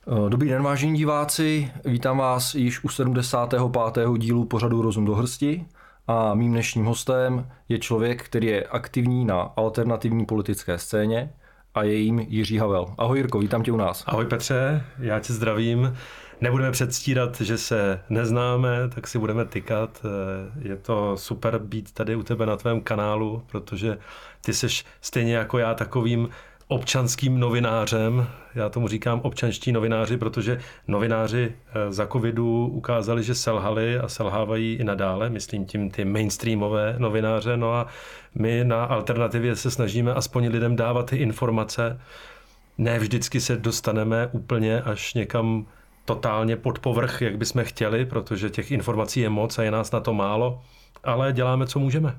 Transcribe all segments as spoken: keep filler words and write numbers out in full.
Dobrý den, vážení diváci, vítám vás již u sedmdesátého pátého dílu pořadu Rozum do hrsti a mým dnešním hostem je člověk, který je aktivní na alternativní politické scéně a je jím Jiří Havel. Ahoj Jirko, vítám tě u nás. Ahoj Petře, já tě zdravím. Nebudeme předstírat, že se neznáme, tak si budeme tykat. Je to super být tady u tebe na tvém kanálu, protože ty seš stejně jako já takovým občanským novinářem. Já tomu říkám občanští novináři, protože novináři za covidu ukázali, že selhali a selhávají i nadále, myslím tím ty mainstreamové novináře. No a my na Alternativě se snažíme aspoň lidem dávat ty informace. Ne vždycky se dostaneme úplně až někam totálně pod povrch, jak bychom chtěli, protože těch informací je moc a je nás na to málo, ale děláme, co můžeme.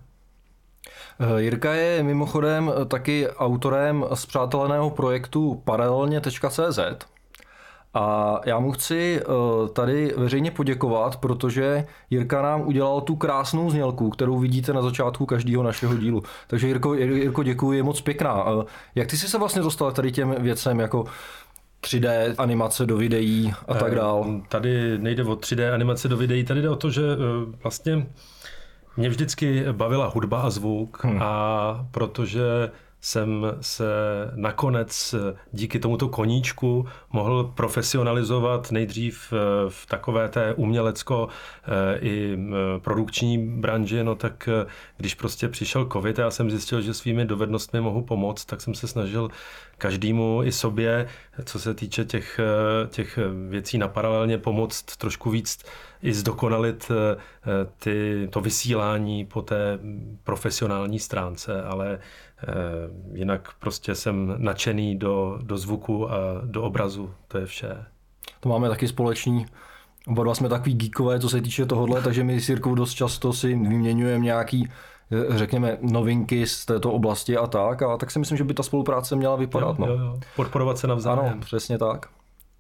Jirka je mimochodem taky autorem spřáteleného projektu paralelně tečka cé zet a já mu chci tady veřejně poděkovat, protože Jirka nám udělal tu krásnou znělku, kterou vidíte na začátku každého našeho dílu. Takže Jirko, Jirko děkuji, je moc pěkná. Jak ty jsi se vlastně dostal tady těm věcem jako tři dé animace do videí a tak dál? Tady nejde o tři dé animace do videí, tady jde o to, že vlastně mě vždycky bavila hudba a zvuk hmm. a protože jsem se nakonec díky tomuto koníčku mohl profesionalizovat nejdřív v takové té umělecko i produkční branži, no tak když prostě přišel covid a já jsem zjistil, že svými dovednostmi mohu pomoct, tak jsem se snažil každému i sobě, co se týče těch, těch věcí na paralelně, pomoct trošku víc i zdokonalit ty, to vysílání po té profesionální stránce, ale jinak prostě jsem nadšený do, do zvuku a do obrazu, to je vše. To máme taky společný. Oba dva jsme takový geekové, co se týče tohohle, takže my s Jirkou dost často si vyměňujeme nějaký, řekněme, novinky z této oblasti a tak. A tak si myslím, že by ta spolupráce měla vypadat. Jo, jo, jo. Podporovat se navzájem. Ano, přesně tak.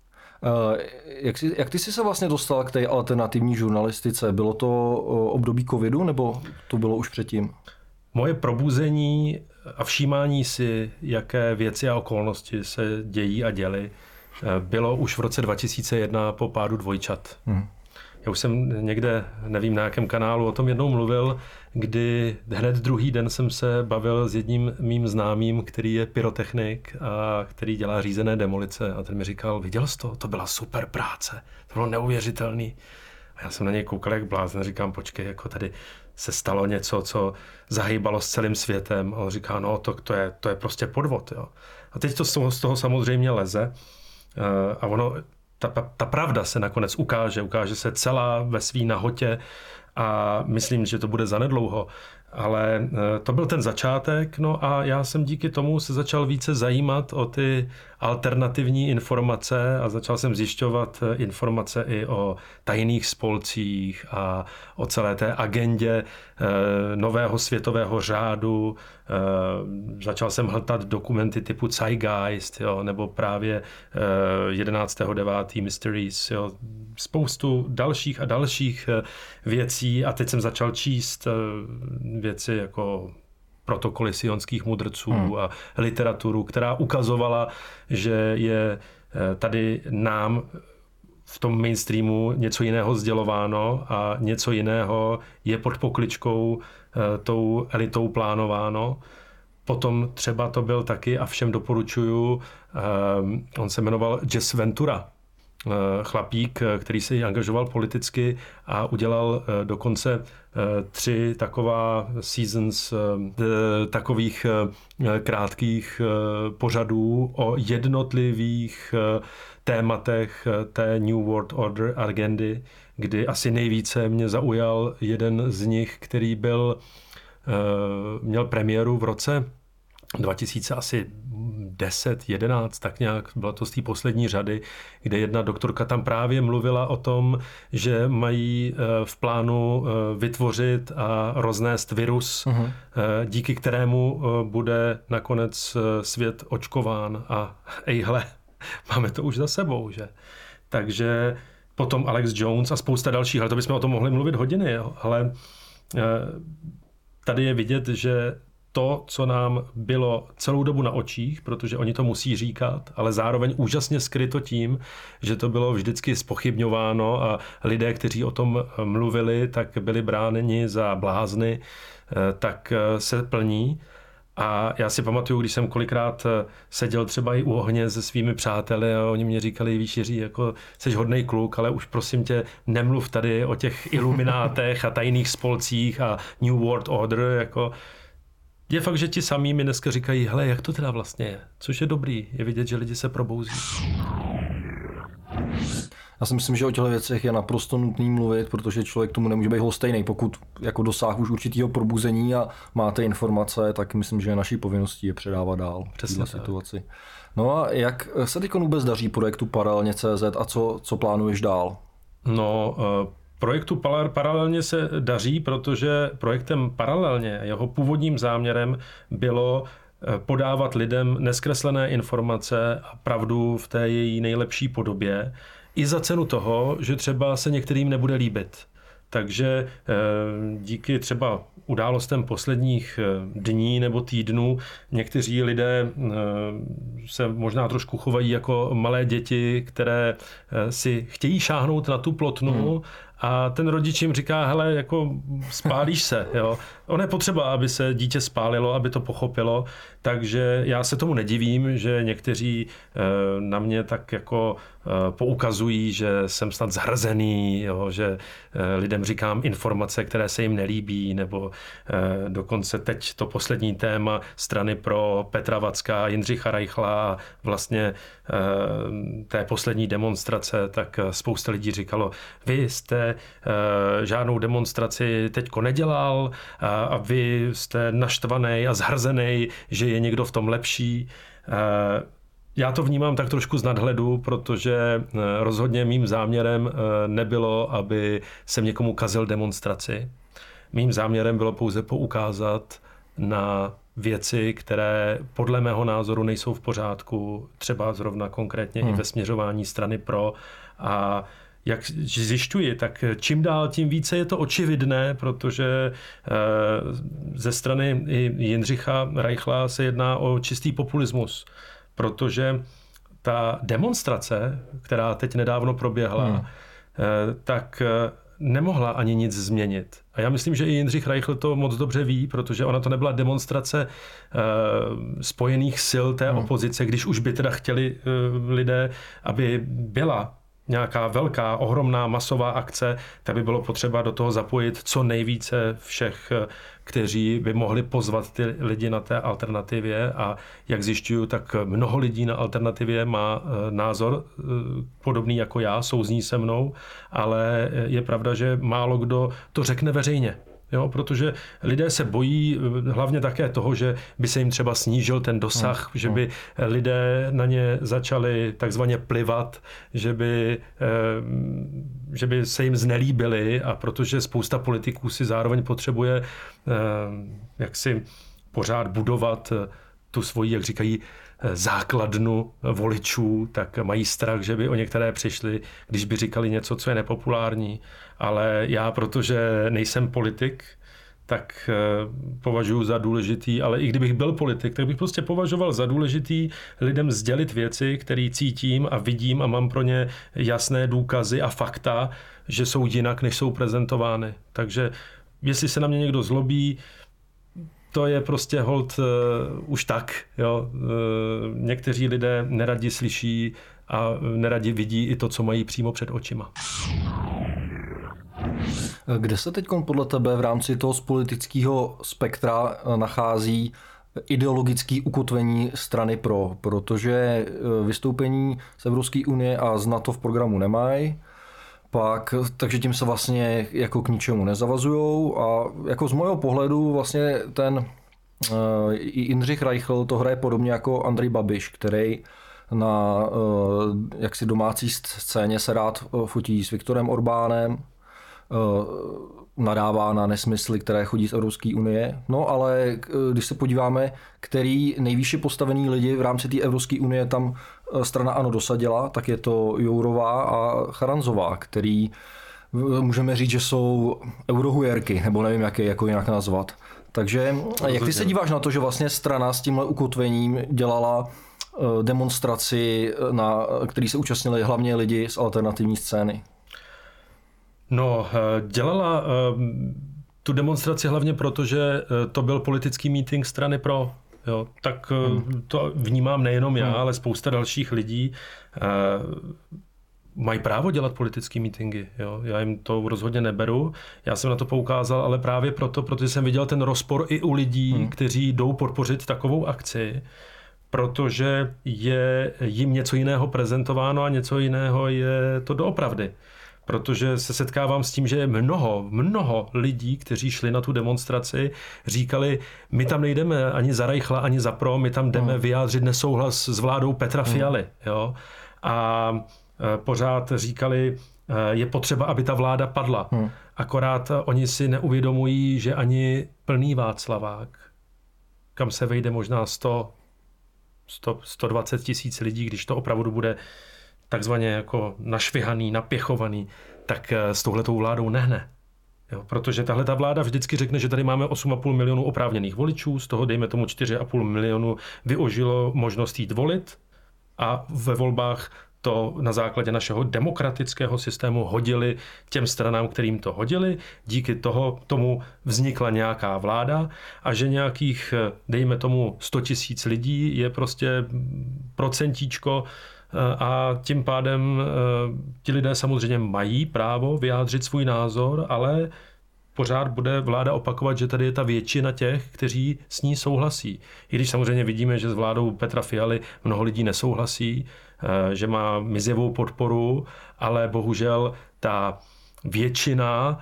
Jak, jsi, jak ty jsi se vlastně dostal k té alternativní žurnalistice? Bylo to období covidu nebo to bylo už předtím? Moje probuzení a všímání si, jaké věci a okolnosti se dějí a děly, bylo už v roce dva tisíce jedna po pádu dvojčat. Hmm. Já už jsem někde, nevím na jakém kanálu, o tom jednou mluvil, kdy hned druhý den jsem se bavil s jedním mým známým, který je pyrotechnik a který dělá řízené demolice. A ten mi říkal, viděl jsi to? To byla super práce. To bylo neuvěřitelný. A já jsem na něj koukal jak blázen, říkám, počkej, jako tady se stalo něco, co zahýbalo s celým světem. A on říká, no to, to, je, to je prostě podvod. Jo. A teď to z toho, z toho samozřejmě leze. A ono, ta, ta pravda se nakonec ukáže. Ukáže se celá ve svý nahotě a myslím, že to bude zanedlouho. Ale to byl ten začátek, no a já jsem díky tomu se začal více zajímat o ty alternativní informace a začal jsem zjišťovat informace i o tajných spolcích a o celé té agendě nového světového řádu. Začal jsem hltat dokumenty typu Zeitgeist, jo, nebo právě jedenáctého devátého Mysteries, jo, spoustu dalších a dalších věcí a teď jsem začal číst věci jako protokoly sionských mudrců hmm. a literaturu, která ukazovala, že je tady nám v tom mainstreamu něco jiného sdělováno a něco jiného je pod pokličkou tou elitou plánováno. Potom třeba to byl taky, a všem doporučuju, on se jmenoval Jesse Ventura. Chlapík, který se angažoval politicky a udělal dokonce tři taková seasons takových krátkých pořadů o jednotlivých tématech té New World Order agendy, kdy asi nejvíce mě zaujal jeden z nich, který byl, měl premiéru v roce dva tisíce deset, jedenáct, tak nějak, byla to z té poslední řady, kde jedna doktorka tam právě mluvila o tom, že mají v plánu vytvořit a roznést virus, uh-huh. díky kterému bude nakonec svět očkován a ejhle, máme to už za sebou, že? Takže potom Alex Jones a spousta dalších, ale to bychom o tom mohli mluvit hodiny, jo? Ale tady je vidět, že to, co nám bylo celou dobu na očích, protože oni to musí říkat, ale zároveň úžasně skryto tím, že to bylo vždycky zpochybňováno a lidé, kteří o tom mluvili, tak byli bráni za blázny, tak se plní. A já si pamatuju, když jsem kolikrát seděl třeba i u ohně se svými přáteli a oni mě říkali, víš Jiří, jako jsi hodnej kluk, ale už prosím tě nemluv tady o těch iluminátech a tajných spolcích a New World Order, jako je fakt, že ti samí mi dneska říkají, hele, jak to teda vlastně je, což je dobrý, je vidět, že lidi se probouzí. Já si myslím, že o těchto věcech je naprosto nutný mluvit, protože člověk tomu nemůže být lhostejný. Pokud jako dosáh už určitého probuzení a máte informace, tak myslím, že naší povinností je předávat dál v této situaci. No a jak se teď vůbec daří projektu Paralelně tečka cé zet a co, co plánuješ dál? No, projektu Paralelně se daří, protože projektem Paralelně, jeho původním záměrem bylo podávat lidem neskreslené informace a pravdu v té její nejlepší podobě, i za cenu toho, že třeba se některým nebude líbit. Takže díky třeba událostem posledních dní nebo týdnů někteří lidé se možná trošku chovají jako malé děti, které si chtějí šáhnout na tu plotnu, hmm. a ten rodič jim říká, hele, jako spálíš se, jo. Ono je potřeba, aby se dítě spálilo, aby to pochopilo, takže já se tomu nedivím, že někteří na mě tak jako poukazují, že jsem snad zhrzený, jo, že lidem říkám informace, které se jim nelíbí, nebo dokonce teď to poslední téma strany pro Petra Vacka, Jindřicha Reichla, vlastně té poslední demonstrace, tak spousta lidí říkalo, vy jste žádnou demonstraci teďko nedělal a vy jste naštvaný a zhrzený, že je někdo v tom lepší. Já to vnímám tak trošku z nadhledu, protože rozhodně mým záměrem nebylo, aby jsem někomu kazil demonstraci. Mým záměrem bylo pouze poukázat na věci, které podle mého názoru nejsou v pořádku, třeba zrovna konkrétně hmm. i ve směřování strany pro. A jak zjišťuji, tak čím dál tím více je to očividné, protože ze strany Jindřicha Reichla se jedná o čistý populismus, protože ta demonstrace, která teď nedávno proběhla, hmm. tak nemohla ani nic změnit. A já myslím, že i Jindřich Reichl to moc dobře ví, protože ona to nebyla demonstrace spojených sil té opozice, když už by teda chtěli lidé, aby byla nějaká velká, ohromná masová akce, tak by bylo potřeba do toho zapojit co nejvíce všech, kteří by mohli pozvat ty lidi na té alternativě, a jak zjišťuju, tak mnoho lidí na alternativě má názor podobný jako já, souzní se mnou, ale je pravda, že málo kdo to řekne veřejně. Jo, protože lidé se bojí hlavně také toho, že by se jim třeba snížil ten dosah, hmm. že by lidé na ně začali takzvaně plivat, že by, že by se jim znelíbili, a protože spousta politiků si zároveň potřebuje jak si pořád budovat tu svoji, jak říkají, základnu voličů, tak mají strach, že by o některé přišli, když by říkali něco, co je nepopulární. Ale já, protože nejsem politik, tak považuji za důležitý, ale i kdybych byl politik, tak bych prostě považoval za důležitý lidem sdělit věci, které cítím a vidím a mám pro ně jasné důkazy a fakta, že jsou jinak, než jsou prezentovány. Takže jestli se na mě někdo zlobí, to je prostě hold uh, už tak. Jo. Uh, někteří lidé neradi slyší a neradi vidí i to, co mají přímo před očima. Kde se teď podle tebe v rámci toho politického spektra nachází ideologické ukotvení strany pro? Protože vystoupení z Evropské unie a z NATO v programu nemají, pak, takže tím se vlastně jako k ničemu nezavazujou, a jako z mého pohledu vlastně ten uh, Jindřich Reichl to hraje podobně jako Andrej Babiš, který na uh, jaksi domácí scéně se rád fotí s Viktorem Orbánem, uh, nadává na nesmysly, které chodí z Evropské unie. No ale když se podíváme, který nejvýše postavený lidi v rámci té Evropské unie tam strana ANO dosadila, tak je to Jourová a Charanzová, který můžeme říct, že jsou eurohujerky, nebo nevím, jak je jako jinak nazvat. Takže jak ty se díváš na to, že vlastně strana s tímhle ukotvením dělala demonstraci, na který se účastnili hlavně lidi z alternativní scény? No, dělala tu demonstraci hlavně proto, že to byl politický meeting strany Pro. Jo, tak hmm. to vnímám nejenom já, hmm. ale spousta dalších lidí. Mají právo dělat politické mítingy. Jo? Já jim to rozhodně neberu. Já jsem na to poukázal, ale právě proto, protože jsem viděl ten rozpor i u lidí, hmm. kteří jdou podpořit takovou akci, protože je jim něco jiného prezentováno a něco jiného je to doopravdy. Protože se setkávám s tím, že je mnoho, mnoho lidí, kteří šli na tu demonstraci, říkali, my tam nejdeme ani za Reichla, ani za Pro, my tam jdeme hmm. vyjádřit nesouhlas s vládou Petra Fialy. Hmm. Jo? A pořád říkali, je potřeba, aby ta vláda padla. Hmm. Akorát oni si neuvědomují, že ani plný Václavák, kam se vejde možná sto, sto, sto dvacet tisíc lidí, když to opravdu bude takzvaně jako našvihaný, napěchovaný, tak s touhletou vládou nehne. Jo, protože tahle ta vláda vždycky řekne, že tady máme osm a půl milionu oprávněných voličů, z toho dejme tomu čtyři a půl milionu využilo možnost jít volit a ve volbách to na základě našeho demokratického systému hodili těm stranám, kterým to hodili. Díky toho tomu vznikla nějaká vláda a že nějakých, dejme tomu, sto tisíc lidí je prostě procentíčko a tím pádem ti lidé samozřejmě mají právo vyjádřit svůj názor, ale pořád bude vláda opakovat, že tady je ta většina těch, kteří s ní souhlasí. I když samozřejmě vidíme, že s vládou Petra Fialy mnoho lidí nesouhlasí, že má mizivou podporu, ale bohužel ta většina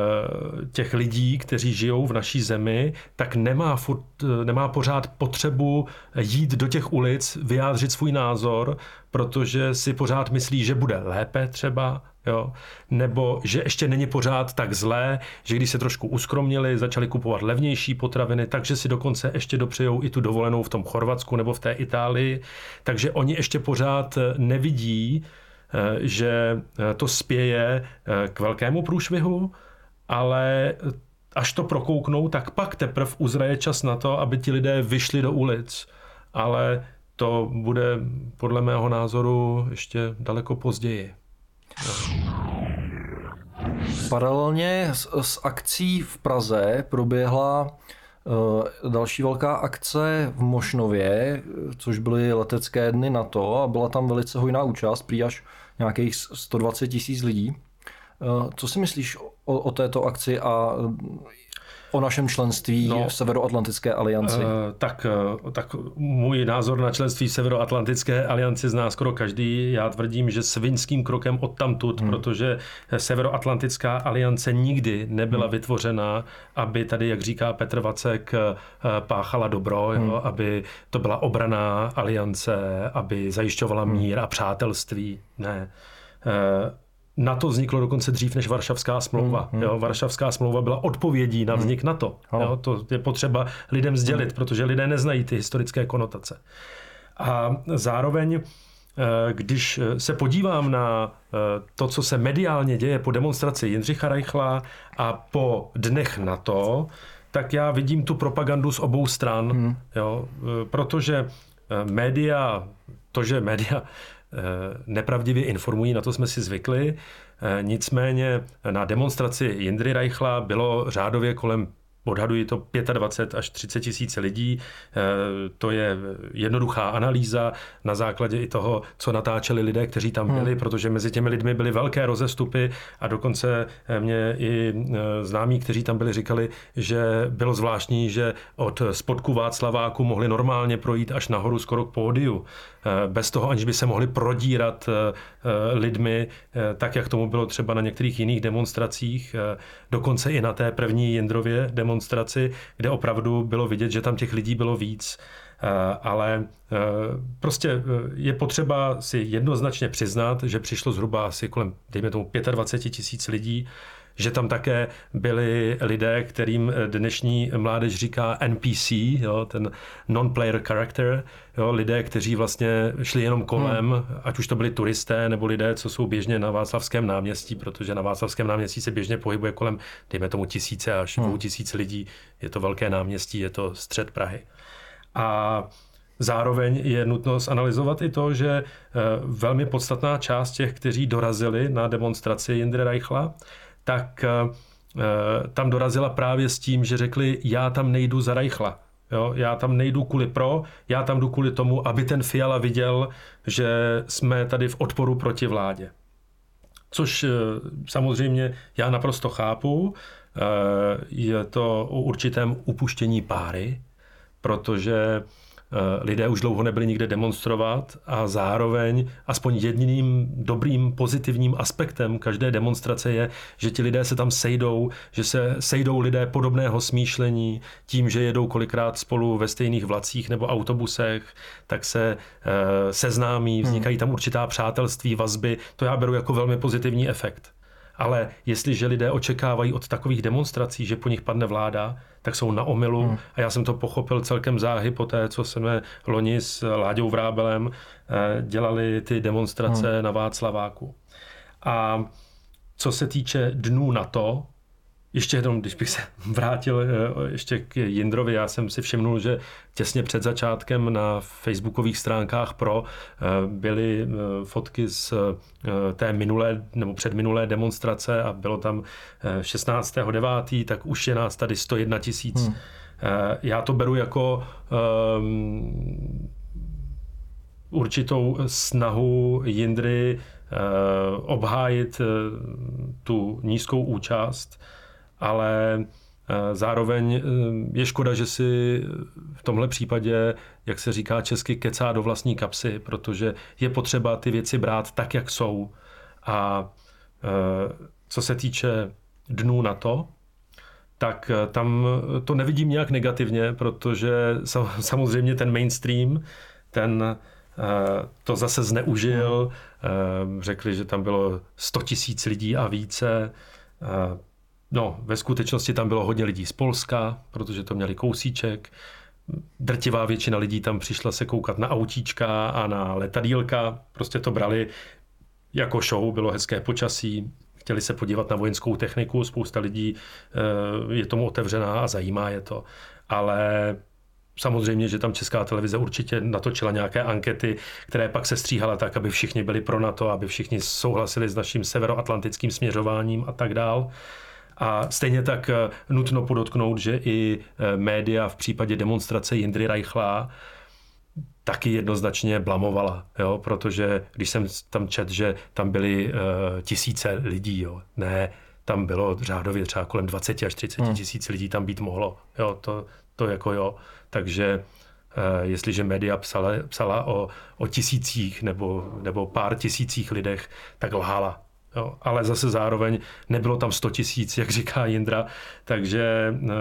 těch lidí, kteří žijou v naší zemi, tak nemá, furt, nemá pořád potřebu jít do těch ulic, vyjádřit svůj názor, protože si pořád myslí, že bude lépe třeba, jo? Nebo že ještě není pořád tak zlé, že když se trošku uskromnili, začali kupovat levnější potraviny, takže si dokonce ještě dopřejou i tu dovolenou v tom Chorvatsku nebo v té Itálii, takže oni ještě pořád nevidí, že to spěje k velkému průšvihu, ale až to prokouknou, tak pak teprve uzraje čas na to, aby ti lidé vyšli do ulic. Ale to bude podle mého názoru ještě daleko později. Paralelně s, s akcí v Praze proběhla uh, další velká akce v Mošnově, což byly letecké dny NATO a byla tam velice hojná účast, prý až nějakých sto dvacet tisíc lidí. Uh, co si myslíš o, o této akci a o našem členství no, v Severoatlantické alianci? Uh, tak, uh, tak můj názor na členství v Severoatlantické alianci zná skoro každý. Já tvrdím, že svinským krokem odtamtud, hmm. protože Severoatlantická aliance nikdy nebyla hmm. vytvořena, aby tady, jak říká Petr Vacek, páchala dobro, hmm. jo, aby to byla obranná aliance, aby zajišťovala hmm. mír a přátelství. Ne. Uh, NATO vzniklo dokonce dřív než Varšavská smlouva. Hmm, hmm. Jo, Varšavská smlouva byla odpovědí na vznik NATO. Jo, to je potřeba lidem sdělit, hmm. protože lidé neznají ty historické konotace. A zároveň, když se podívám na to, co se mediálně děje po demonstraci Jindřicha Reichla a po dnech NATO, tak já vidím tu propagandu z obou stran. Hmm. Jo, protože média, to, že média nepravdivě informují, na to jsme si zvykli. Nicméně na demonstraci Jindry Reichla bylo řádově kolem, odhaduji to, dvacet pět až třicet tisíc lidí. To je jednoduchá analýza na základě i toho, co natáčeli lidé, kteří tam byli, hmm. protože mezi těmi lidmi byly velké rozestupy a dokonce mě i známí, kteří tam byli, říkali, že bylo zvláštní, že od spodku Václaváku mohli normálně projít až nahoru skoro k pódiu. Bez toho, aniž by se mohli prodírat lidmi, tak jak tomu bylo třeba na některých jiných demonstracích, dokonce i na té první Jindrově demonstraci, kde opravdu bylo vidět, že tam těch lidí bylo víc. Ale prostě je potřeba si jednoznačně přiznat, že přišlo zhruba asi kolem, dejme tomu, dvacet pět tisíc lidí, že tam také byli lidé, kterým dnešní mládež říká N P C, jo, ten non-player character, jo, lidé, kteří vlastně šli jenom kolem, hmm. ať už to byli turisté nebo lidé, co jsou běžně na Václavském náměstí, protože na Václavském náměstí se běžně pohybuje kolem, dejme tomu tisíce až dvou tisíc lidí, je to velké náměstí, je to střed Prahy. A zároveň je nutno analyzovat i to, že velmi podstatná část těch, kteří dorazili na demonstraci Jindry Reichla, tak tam dorazila právě s tím, že řekli, já tam nejdu za Reichla. Jo, já tam nejdu kvůli pro, já tam jdu kvůli tomu, aby ten Fiala viděl, že jsme tady v odporu proti vládě. Což samozřejmě já naprosto chápu, je to o určitém upuštění páry, protože lidé už dlouho nebyli nikde demonstrovat a zároveň aspoň jediným dobrým pozitivním aspektem každé demonstrace je, že ti lidé se tam sejdou, že se sejdou lidé podobného smýšlení tím, že jedou kolikrát spolu ve stejných vlacích nebo autobusech, tak se e, seznámí, vznikají tam určitá přátelství, vazby. To já beru jako velmi pozitivní efekt. Ale jestliže lidé očekávají od takových demonstrací, že po nich padne vláda, tak jsou na omylu. Hmm. A já jsem to pochopil celkem záhy po té, co jsme loni s Láďou Vrábelem dělali ty demonstrace hmm. na Václaváku. A co se týče dnů NATO, ještě jednou, když bych se vrátil ještě k Jindrovi, já jsem si všimnul, že těsně před začátkem na facebookových stránkách Pro byly fotky z té minulé nebo předminulé demonstrace a bylo tam šestnáctého devátého tak už je nás tady sto jedna tisíc. Hmm. Já to beru jako um, určitou snahu Jindry uh, obhájit uh, tu nízkou účast, ale zároveň je škoda, že si v tomhle případě, jak se říká česky, kecá do vlastní kapsy, protože je potřeba ty věci brát tak, jak jsou. A co se týče dnů NATO, tak tam to nevidím nějak negativně, protože samozřejmě ten mainstream, ten to zase zneužil. Řekli, že tam bylo sto tisíc lidí a více. No, ve skutečnosti tam bylo hodně lidí z Polska, protože to měli kousíček. Drtivá většina lidí tam přišla se koukat na autíčka a na letadýlka. Prostě to brali jako show, bylo hezké počasí. Chtěli se podívat na vojenskou techniku, spousta lidí je tomu otevřená a zajímá je to. Ale samozřejmě, že tam Česká televize určitě natočila nějaké ankety, které pak se stříhala tak, aby všichni byli pro NATO, aby všichni souhlasili s naším severoatlantickým směřováním a tak dál. A stejně tak nutno podotknout, že i média v případě demonstrace Jindry Reichla taky jednoznačně blamovala, jo? Protože když jsem tam četl, že tam byly uh, tisíce lidí, jo? Ne, tam bylo řádově třeba kolem dvacet až třicet hmm. tisíc lidí tam být mohlo. Jo? To, to jako jo. Takže uh, jestliže média psala, psala o, o tisících nebo, nebo pár tisících lidech, tak lhala. Jo, ale zase zároveň nebylo tam sto tisíc, jak říká Jindra, takže eh,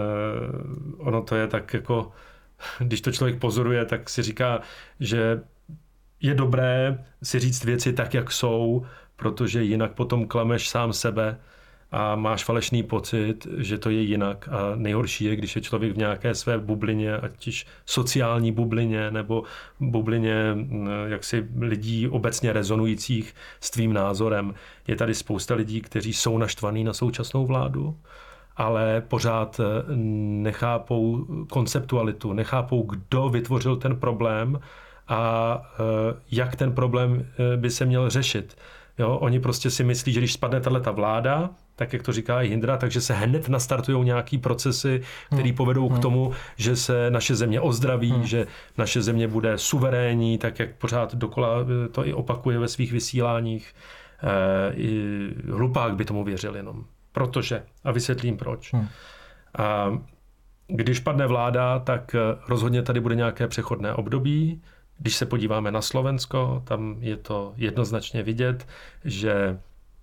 ono to je tak jako, když to člověk pozoruje, tak si říká, že je dobré si říct věci tak, jak jsou, protože jinak potom klameš sám sebe a máš falešný pocit, že to je jinak. A nejhorší je, když je člověk v nějaké své bublině, ať už sociální bublině nebo bublině jaksi lidí obecně rezonujících s tvým názorem. Je tady spousta lidí, kteří jsou naštvaní na současnou vládu, ale pořád nechápou konceptualitu, nechápou, kdo vytvořil ten problém a jak ten problém by se měl řešit. Jo, oni prostě si myslí, že když spadne tato vláda, tak jak to říká i Jindra, takže se hned nastartují nějaký procesy, které povedou k tomu, že se naše země ozdraví, hmm. že naše země bude suverénní, tak jak pořád dokola to i opakuje ve svých vysíláních. E, i hlupák by tomu věřil jenom. Protože, a vysvětlím proč. Hmm. A když padne vláda, tak rozhodně tady bude nějaké přechodné období. Když se podíváme na Slovensko, tam je to jednoznačně vidět, že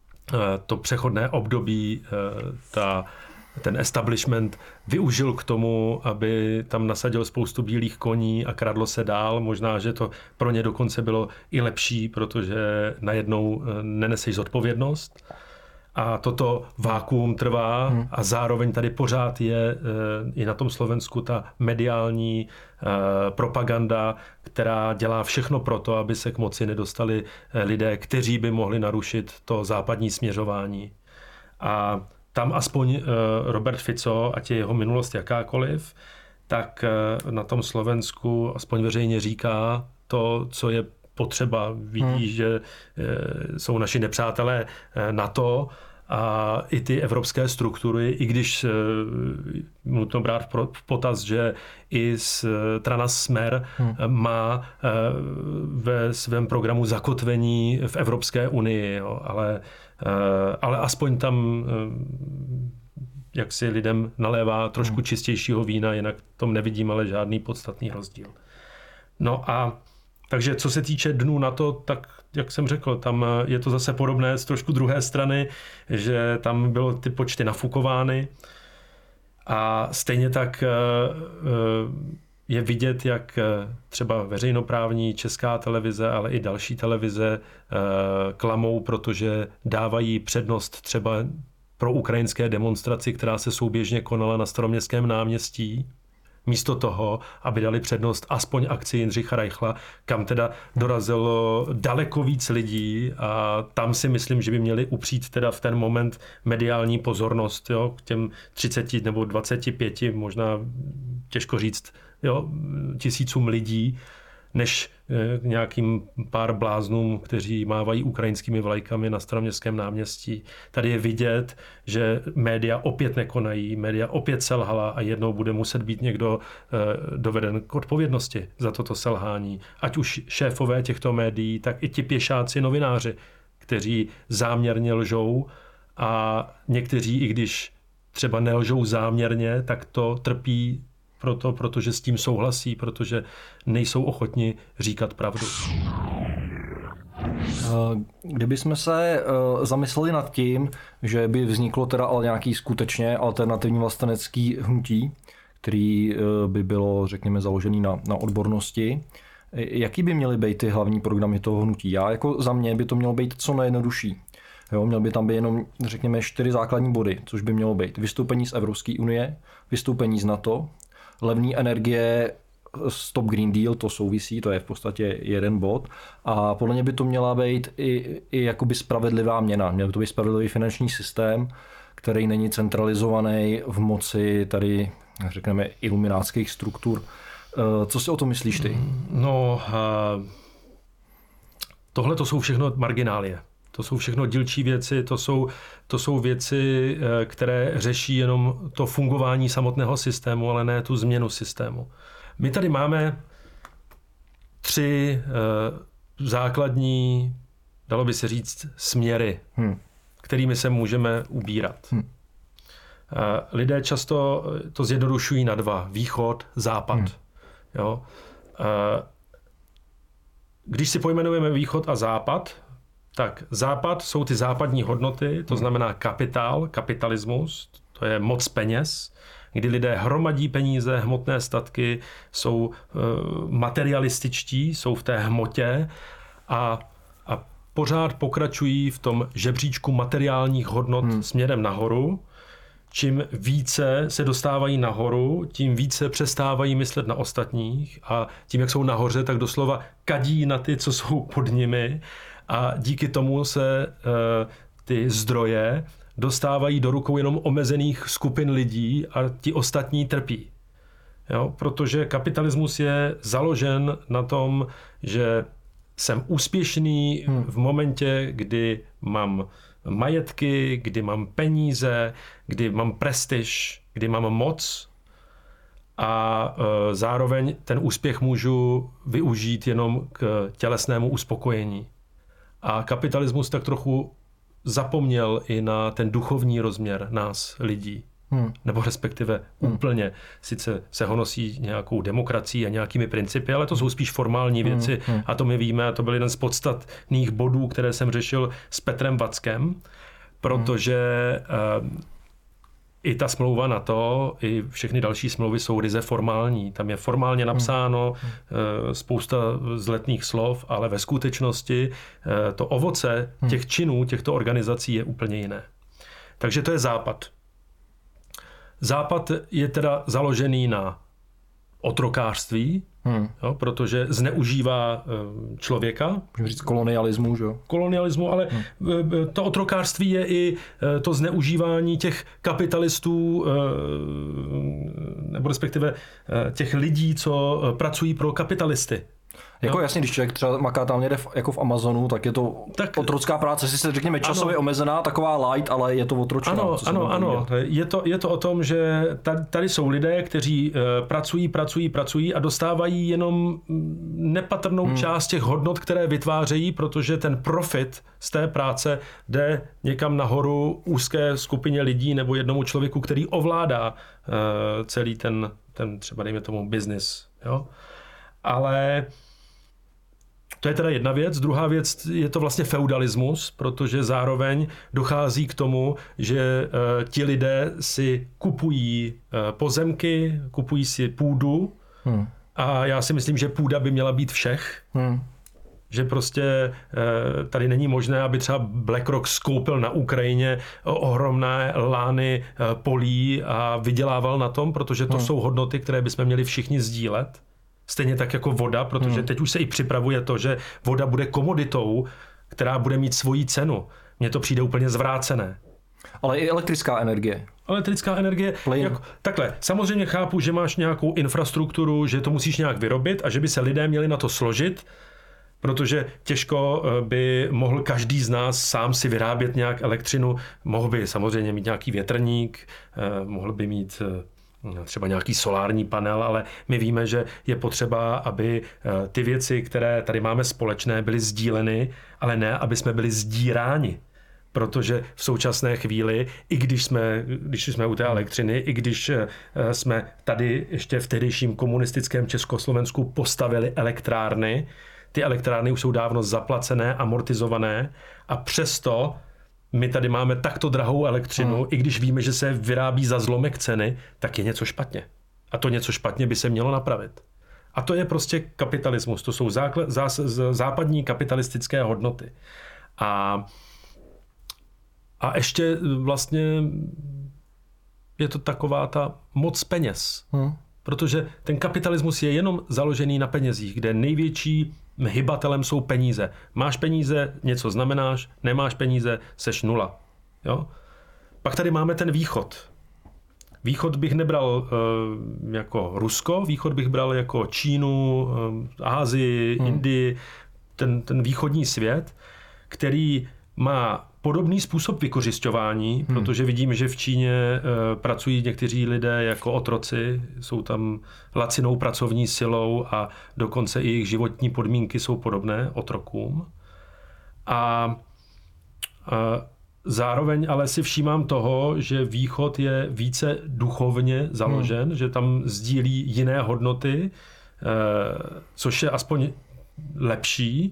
to přechodné období ta, ten establishment využil k tomu, aby tam nasadil spoustu bílých koní a kradlo se dál. Možná, že to pro ně dokonce bylo i lepší, protože najednou neneseš zodpovědnost. a toto vákuum trvá hmm. a zároveň tady pořád je i na tom Slovensku ta mediální propaganda, která dělá všechno pro to, aby se k moci nedostali lidé, kteří by mohli narušit to západní směřování. A tam aspoň Robert Fico, ať je jeho minulost jakákoliv, tak na tom Slovensku aspoň veřejně říká to, co je potřeba. Vidí, hmm. že jsou naši nepřátelé NATO a i ty evropské struktury, i když nutno brát v potaz, že i strana Smer hmm. má ve svém programu zakotvení v Evropské unii, jo, ale, ale aspoň tam jak si lidem nalévá trošku čistějšího vína, jinak tom nevidím ale žádný podstatný rozdíl. No a takže co se týče dnů NATO, tak jak jsem řekl, tam je to zase podobné z trošku druhé strany, že tam bylo ty počty nafukovány a stejně tak je vidět, jak třeba veřejnoprávní Česká televize, ale i další televize klamou, protože dávají přednost třeba pro ukrajinské demonstraci, která se souběžně konala na Staroměstském náměstí, místo toho, aby dali přednost aspoň akci Jindřicha Reichla, kam teda dorazilo daleko víc lidí a tam si myslím, že by měli upřít teda v ten moment mediální pozornost, jo, k těm třiceti nebo dvaceti pěti, možná těžko říct, jo, tisícům lidí, než k nějakým pár bláznům, kteří mávají ukrajinskými vlajkami na Staroměstském náměstí. Tady je vidět, že média opět nekonají, média opět selhala a jednou bude muset být někdo doveden k odpovědnosti za toto selhání. Ať už šéfové těchto médií, tak i ti pěšáci novináři, kteří záměrně lžou a někteří, i když třeba nelžou záměrně, tak to trpí proto, protože s tím souhlasí, protože nejsou ochotni říkat pravdu. Kdybychom se zamysleli nad tím, že by vzniklo teda ale nějaký skutečně alternativní vlastenecký hnutí, který by bylo, řekněme, založený na, na odbornosti, jaký by měly být ty hlavní programy toho hnutí? Já jako za mě by to mělo být co nejjednodušší. Jo, měl by tam být jenom, řekněme, čtyři základní body, což by mělo být vystoupení z Evropské unie, vystoupení z NATO, levné energie, Stop Green Deal, to souvisí, to je v podstatě jeden bod. A podle mě by to měla být i, i jakoby spravedlivá měna. Měl by to být spravedlivý finanční systém, který není centralizovaný v moci tady, řekněme, iluminátských struktur. Co si o tom myslíš ty? No, tohle to jsou všechno marginálie. To jsou všechno dílčí věci, to jsou, to jsou věci, které řeší jenom to fungování samotného systému, ale ne tu změnu systému. My tady máme tři základní, dalo by se říct, směry, hmm. kterými se můžeme ubírat. Hmm. Lidé často to zjednodušují na dva. Východ, západ. Hmm. Jo? Když si pojmenujeme východ a západ, tak západ jsou ty západní hodnoty, to znamená kapitál, kapitalismus, to je moc peněz, kdy lidé hromadí peníze, hmotné statky, jsou e, materialističtí, jsou v té hmotě a, a pořád pokračují v tom žebříčku materiálních hodnot hmm. směrem nahoru. Čím více se dostávají nahoru, tím více přestávají myslet na ostatních a tím, jak jsou nahoře, tak doslova kadí na ty, co jsou pod nimi. A díky tomu se e, ty zdroje dostávají do rukou jenom omezených skupin lidí a ti ostatní trpí. Jo? Protože kapitalismus je založen na tom, že jsem úspěšný hmm. v momentě, kdy mám majetky, kdy mám peníze, kdy mám prestiž, kdy mám moc a e, zároveň ten úspěch můžu využít jenom k tělesnému uspokojení. A kapitalismus tak trochu zapomněl i na ten duchovní rozměr nás, lidí. Hmm. Nebo respektive hmm. úplně. Sice se honosí nějakou demokracií a nějakými principy, ale to jsou spíš formální věci hmm. a to my víme a to byl jeden z podstatných bodů, které jsem řešil s Petrem Vackem, protože hmm. i ta smlouva NATO, i všechny další smlouvy jsou ryze formální. Tam je formálně napsáno hmm. spousta vzletných slov, ale ve skutečnosti to ovoce těch činů těchto organizací je úplně jiné. Takže to je Západ. Západ je teda založený na otrokářství, hmm. jo, protože zneužívá člověka. Můžeme říct kolonialismu, že jo? Kolonialismu, ale hmm. to otrokářství je i to zneužívání těch kapitalistů, nebo respektive těch lidí, co pracují pro kapitalisty. Jako no. Jasně, když člověk třeba maká tam někde v, jako v Amazonu, tak je to tak, otrocká práce, si se řekněme časově ano. omezená, taková light, ale je to otročná. Ano, ano, ano. Je to, je to o tom, že tady jsou lidé, kteří pracují, pracují, pracují a dostávají jenom nepatrnou hmm. část těch hodnot, které vytvářejí, protože ten profit z té práce jde někam nahoru úzké skupině lidí nebo jednomu člověku, který ovládá celý ten, ten třeba dejme tomu business. Jo? Ale to je teda jedna věc. Druhá věc je to vlastně feudalismus, protože zároveň dochází k tomu, že uh, ti lidé si kupují uh, pozemky, kupují si půdu hmm. a já si myslím, že půda by měla být všech. Hmm. Že prostě uh, tady není možné, aby třeba BlackRock skoupil na Ukrajině ohromné lány uh, polí a vydělával na tom, protože to hmm. jsou hodnoty, které bychom měli všichni sdílet. Stejně tak jako voda, protože hmm. teď už se i připravuje to, že voda bude komoditou, která bude mít svoji cenu. Mně to přijde úplně zvrácené. Ale i elektrická energie. Elektrická energie, jako, takhle, samozřejmě chápu, že máš nějakou infrastrukturu, že to musíš nějak vyrobit a že by se lidé měli na to složit, protože těžko by mohl každý z nás sám si vyrábět nějak elektřinu. Mohl by samozřejmě mít nějaký větrník, mohl by mít třeba nějaký solární panel, ale my víme, že je potřeba, aby ty věci, které tady máme společné, byly sdíleny, ale ne, aby jsme byli sdíráni. Protože v současné chvíli, i když jsme, když jsme u té elektřiny, i když jsme tady ještě v tehdejším komunistickém Československu postavili elektrárny, ty elektrárny už jsou dávno zaplacené, amortizované a přesto my tady máme takto drahou elektřinu, hmm. i když víme, že se vyrábí za zlomek ceny, tak je něco špatně. A to něco špatně by se mělo napravit. A to je prostě kapitalismus. To jsou základ, zás, západní kapitalistické hodnoty. A, a ještě vlastně je to taková ta moc peněz. Hmm. Protože ten kapitalismus je jenom založený na penězích, kde největší hybatelem jsou peníze. Máš peníze, něco znamenáš, nemáš peníze, seš nula. Jo? Pak tady máme ten východ. Východ bych nebral uh, jako Rusko, východ bych bral jako Čínu, uh, Asii, hmm. Indii, ten, ten východní svět, který má podobný způsob vykořisťování, hmm. protože vidíme, že v Číně e, pracují někteří lidé jako otroci, jsou tam lacinou pracovní silou a dokonce i jejich životní podmínky jsou podobné otrokům. A, a zároveň ale si všímám toho, že východ je více duchovně založen, hmm. že tam sdílí jiné hodnoty, e, což je aspoň lepší.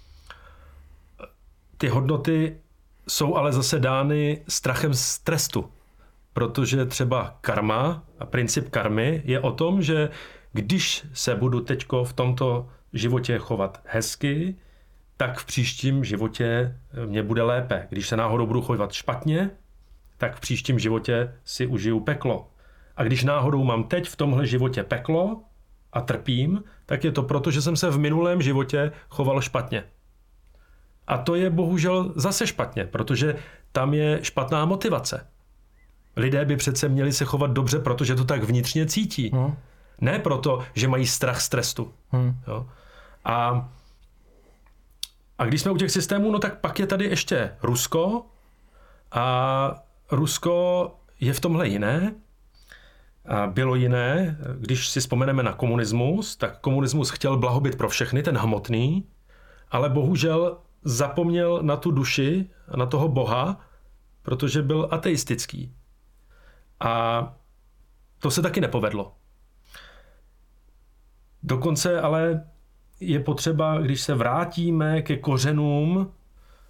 Ty hodnoty jsou ale zase dány strachem z trestu, protože třeba karma a princip karmy je o tom, že když se budu teďko v tomto životě chovat hezky, tak v příštím životě mě bude lépe. Když se náhodou budu chovat špatně, tak v příštím životě si užiju peklo. A když náhodou mám teď v tomhle životě peklo a trpím, tak je to proto, že jsem se v minulém životě choval špatně. A to je bohužel zase špatně, protože tam je špatná motivace. Lidé by přece měli se chovat dobře, protože to tak vnitřně cítí. Hmm. Ne proto, že mají strach z trestu. Hmm. Jo? A, a když jsme u těch systémů, no tak pak je tady ještě Rusko. A Rusko je v tomhle jiné. A bylo jiné. Když si vzpomeneme na komunismus, tak komunismus chtěl blahobyt pro všechny, ten hmotný, ale bohužel zapomněl na tu duši a na toho Boha, protože byl ateistický. A to se taky nepovedlo. Dokonce ale je potřeba, když se vrátíme ke kořenům e,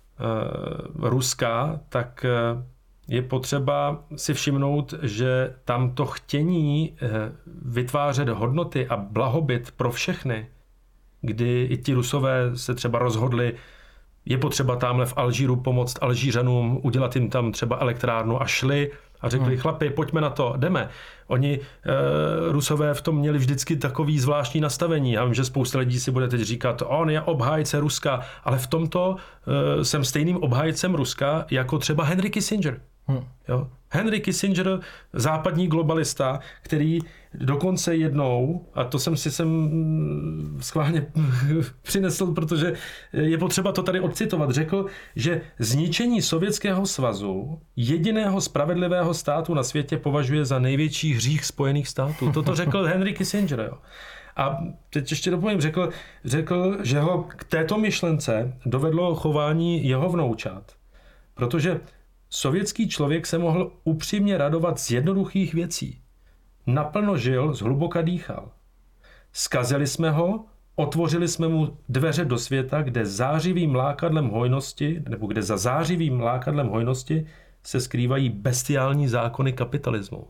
Ruska, tak je potřeba si všimnout, že tam to chtění e, vytvářet hodnoty a blahobyt pro všechny, kdy i ti Rusové se třeba rozhodli je potřeba tamhle v Alžíru pomoct Alžířanům, udělat jim tam třeba elektrárnu a šli a řekli, hmm. chlapi, pojďme na to, jdeme. Oni, e, Rusové v tom měli vždycky takový zvláštní nastavení. Já vím, že spousta lidí si bude teď říkat, on je obhájce Ruska, ale v tomto e, jsem stejným obhájcem Ruska jako třeba Henry Kissinger. Hmm. Jo? Henry Kissinger, západní globalista, který dokonce jednou, a to jsem si sem schválně přinesl, protože je potřeba to tady odcitovat, řekl, že zničení Sovětského svazu, jediného spravedlivého státu na světě, považuje za největší hřích Spojených států. Toto řekl Henry Kissinger. Jo. A teď ještě dopovím, řekl, řekl, že ho k této myšlence dovedlo chování jeho vnoučat, protože sovětský člověk se mohl upřímně radovat z jednoduchých věcí. Naplno žil, zhluboka dýchal. Zkazili jsme ho, otvořili jsme mu dveře do světa, kde zářivým lákadlem hojnosti, nebo kde za zářivým lákadlem hojnosti se skrývají bestiální zákony kapitalismu.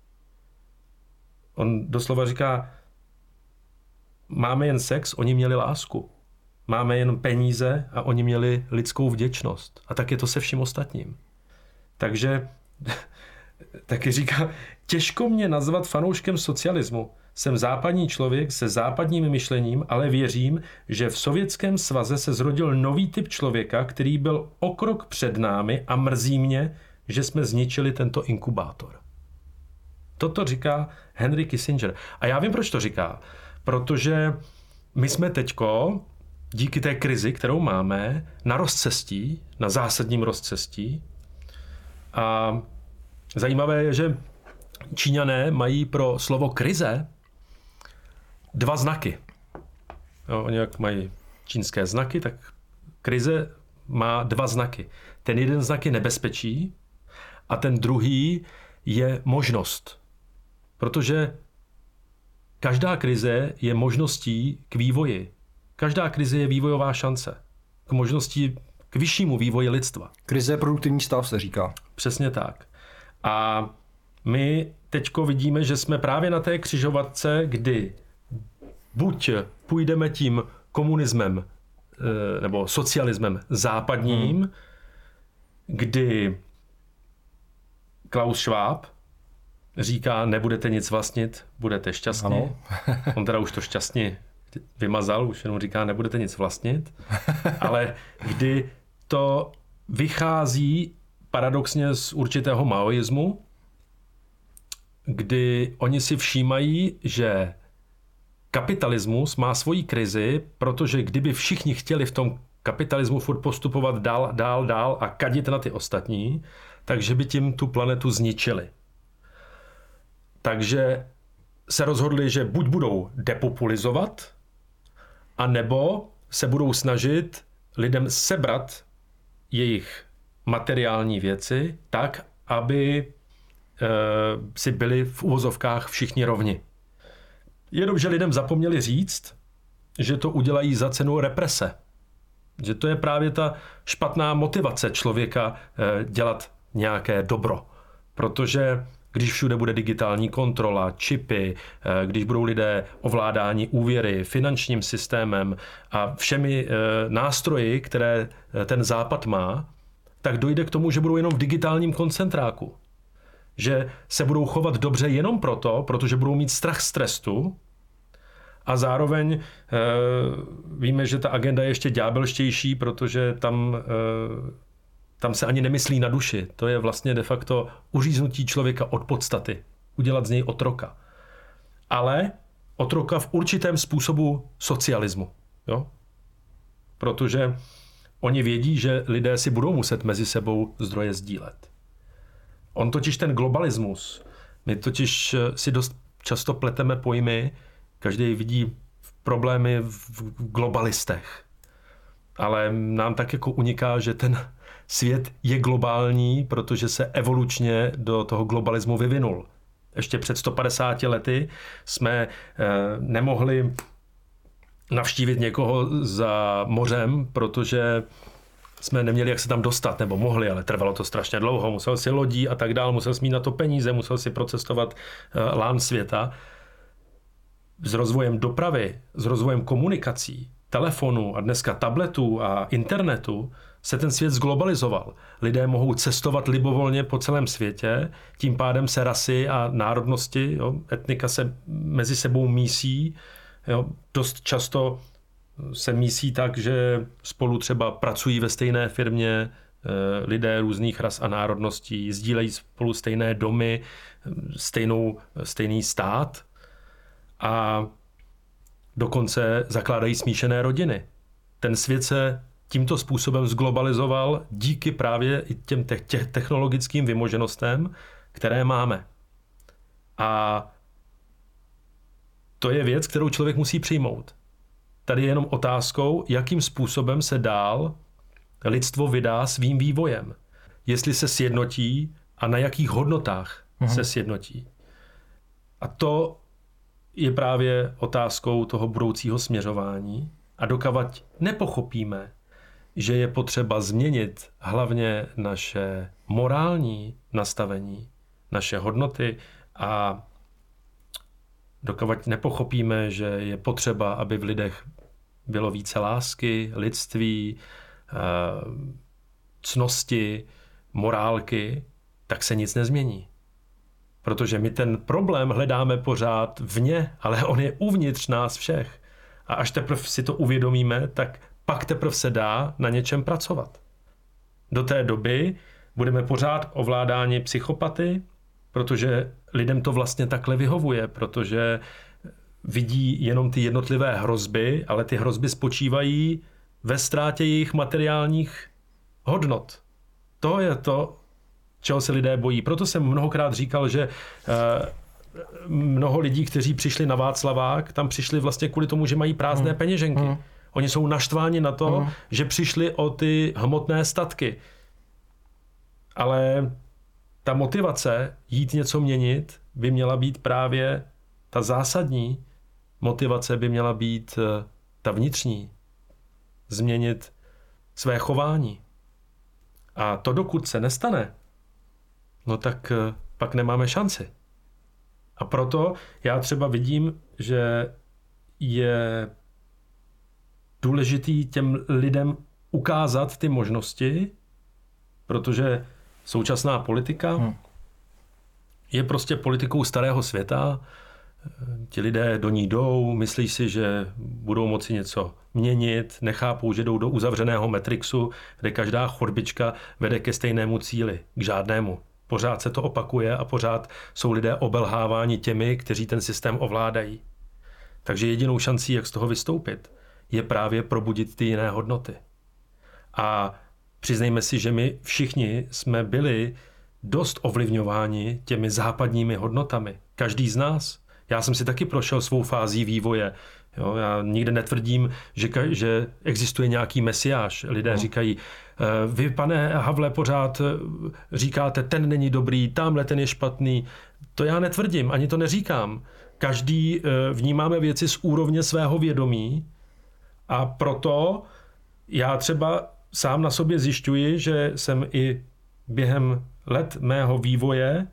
On doslova říká, máme jen sex, oni měli lásku. Máme jen peníze a oni měli lidskou vděčnost. A tak je to se vším ostatním. Takže taky říká, těžko mě nazvat fanouškem socialismu. Jsem západní člověk se západním myšlením, ale věřím, že v Sovětském svaze se zrodil nový typ člověka, který byl o krok před námi a mrzí mě, že jsme zničili tento inkubátor. Toto říká Henry Kissinger. A já vím, proč to říká. Protože my jsme teďko, díky té krizi, kterou máme, na rozcestí, na zásadním rozcestí. A zajímavé je, že Číňané mají pro slovo krize dva znaky. Jo, oni jak mají čínské znaky, tak krize má dva znaky. Ten jeden znak je nebezpečí a ten druhý je možnost. Protože každá krize je možností k vývoji. Každá krize je vývojová šance. K možnosti k vyššímu vývoji lidstva. Krize je produktivní stav, se říká. Přesně tak. A my teďko vidíme, že jsme právě na té křižovatce, kdy buď půjdeme tím komunismem nebo socialismem západním, hmm. kdy Klaus Schwab říká, nebudete nic vlastnit, budete šťastní. Ano. On teda už to šťastně vymazal, už jenom říká, nebudete nic vlastnit. Ale kdy to vychází paradoxně z určitého maoismu, kdy oni si všímají, že kapitalismus má svoji krizi, protože kdyby všichni chtěli v tom kapitalismu furt postupovat dál, dál, dál a kadit na ty ostatní, takže by tím tu planetu zničili. Takže se rozhodli, že buď budou depopulizovat, anebo se budou snažit lidem sebrat jejich materiální věci tak, aby e, si byli v uvozovkách všichni rovni. Jenomže lidem zapomněli říct, že to udělají za cenu represe. Že to je právě ta špatná motivace člověka e, dělat nějaké dobro. Protože když všude bude digitální kontrola, čipy, e, když budou lidé ovládáni úvěry, finančním systémem a všemi e, nástroji, které ten západ má, tak dojde k tomu, že budou jenom v digitálním koncentráku. Že se budou chovat dobře jenom proto, protože budou mít strach z trestu a zároveň e, víme, že ta agenda je ještě ďábelštější, protože tam, e, tam se ani nemyslí na duši. To je vlastně de facto uříznutí člověka od podstaty. Udělat z něj otroka. Ale otroka v určitém způsobu socialismu. Jo? Protože oni vědí, že lidé si budou muset mezi sebou zdroje sdílet. On totiž ten globalismus, my totiž si dost často pleteme pojmy, každý vidí problémy v globalistech. Ale nám tak jako uniká, že ten svět je globální, protože se evolučně do toho globalismu vyvinul. Ještě před sto padesáti lety jsme eh, nemohli navštívit někoho za mořem, protože jsme neměli, jak se tam dostat, nebo mohli, ale trvalo to strašně dlouho. Musel si lodí a tak dál, musel si mít na to peníze, musel si procestovat uh, lán světa. S rozvojem dopravy, s rozvojem komunikací telefonů a dneska tabletů a internetu se ten svět zglobalizoval. Lidé mohou cestovat libovolně po celém světě, tím pádem se rasy a národnosti, jo, etnika se mezi sebou mísí. Jo, dost často se mísí tak, že spolu třeba pracují ve stejné firmě lidé různých ras a národností, sdílejí spolu stejné domy, stejnou, stejný stát a dokonce zakládají smíšené rodiny. Ten svět se tímto způsobem zglobalizoval díky právě i těm te- te- technologickým vymoženostem, které máme. A to je věc, kterou člověk musí přijmout. Tady je jenom otázkou, jakým způsobem se dál lidstvo vydá svým vývojem. Jestli se sjednotí a na jakých hodnotách mm-hmm. se sjednotí. A to je právě otázkou toho budoucího směřování. A dokavať nepochopíme, že je potřeba změnit hlavně naše morální nastavení, naše hodnoty a dokavať nepochopíme, že je potřeba, aby v lidech bylo více lásky, lidství, cnosti, morálky, tak se nic nezmění. Protože my ten problém hledáme pořád vně, ale on je uvnitř nás všech. A až teprve si to uvědomíme, tak pak teprve se dá na něčem pracovat. Do té doby budeme pořád ovládáni psychopaty, protože lidem to vlastně takhle vyhovuje, protože vidí jenom ty jednotlivé hrozby, ale ty hrozby spočívají ve ztrátě jejich materiálních hodnot. To je to, čeho se lidé bojí. Proto jsem mnohokrát říkal, že mnoho lidí, kteří přišli na Václavák, tam přišli vlastně kvůli tomu, že mají prázdné hmm. peněženky. Hmm. Oni jsou naštváni na to, hmm. že přišli o ty hmotné statky. Ale ta motivace jít něco měnit by měla být právě ta zásadní motivace by měla být ta vnitřní. Změnit své chování. A to dokud se nestane, no tak pak nemáme šanci. A proto já třeba vidím, že je důležitý těm lidem ukázat ty možnosti, protože současná politika hmm. je prostě politikou starého světa. Ti lidé do ní jdou, myslí si, že budou moci něco měnit, nechápou, že jdou do uzavřeného matrixu, kde každá chodbička vede ke stejnému cíli, k žádnému. Pořád se to opakuje a pořád jsou lidé obelháváni těmi, kteří ten systém ovládají. Takže jedinou šancí, jak z toho vystoupit, je právě probudit ty jiné hodnoty. A přiznejme si, že my všichni jsme byli dost ovlivňováni těmi západními hodnotami. Každý z nás. Já jsem si taky prošel svou fází vývoje. Jo, já nikde netvrdím, že, že existuje nějaký mesiáš. Lidé no. říkají, vy, pane Havle, pořád říkáte, ten není dobrý, tamhle ten je špatný. To já netvrdím, ani to neříkám. Každý vnímáme věci z úrovně svého vědomí a proto já třeba sám na sobě zjišťuji, že jsem i během let mého vývoje,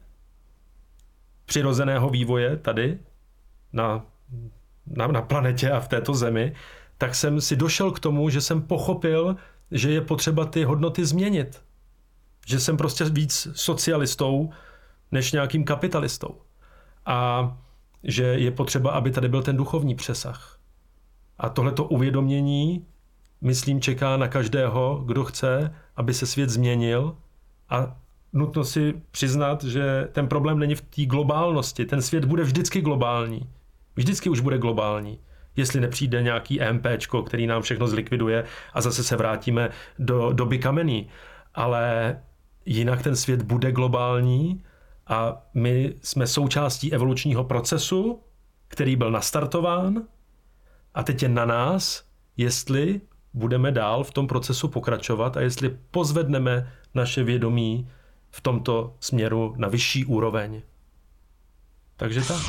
přirozeného vývoje tady na, na, na planetě a v této zemi, tak jsem si došel k tomu, že jsem pochopil, že je potřeba ty hodnoty změnit. Že jsem prostě víc socialistou než nějakým kapitalistou. A že je potřeba, aby tady byl ten duchovní přesah. A tohleto uvědomění, myslím, čeká na každého, kdo chce, aby se svět změnil. A nutno si přiznat, že ten problém není v té globálnosti. Ten svět bude vždycky globální. Vždycky už bude globální. Jestli nepřijde nějaký EMPčko, který nám všechno zlikviduje a zase se vrátíme do doby kamenný. Ale jinak ten svět bude globální a my jsme součástí evolučního procesu, který byl nastartován a teď je na nás, jestli budeme dál v tom procesu pokračovat a jestli pozvedneme naše vědomí v tomto směru na vyšší úroveň. Takže tak.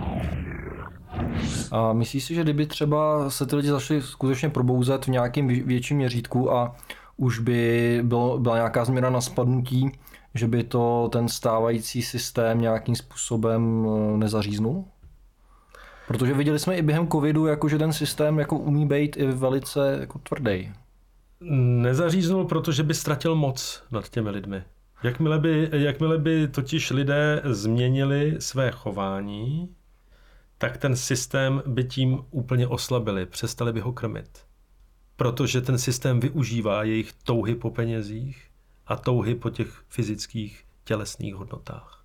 A myslíš si, že kdyby třeba se ty lidi začali skutečně probouzet v nějakém větším měřítku a už by bylo, byla nějaká změna na spadnutí, že by to ten stávající systém nějakým způsobem nezaříznul? Protože viděli jsme i během covidu, jako že ten systém jako umí být i velice jako tvrdý. Nezaříznul, protože by ztratil moc nad těmi lidmi. Jakmile by, jakmile by totiž lidé změnili své chování, tak ten systém by tím úplně oslabili, přestali by ho krmit. Protože ten systém využívá jejich touhy po penězích a touhy po těch fyzických tělesných hodnotách.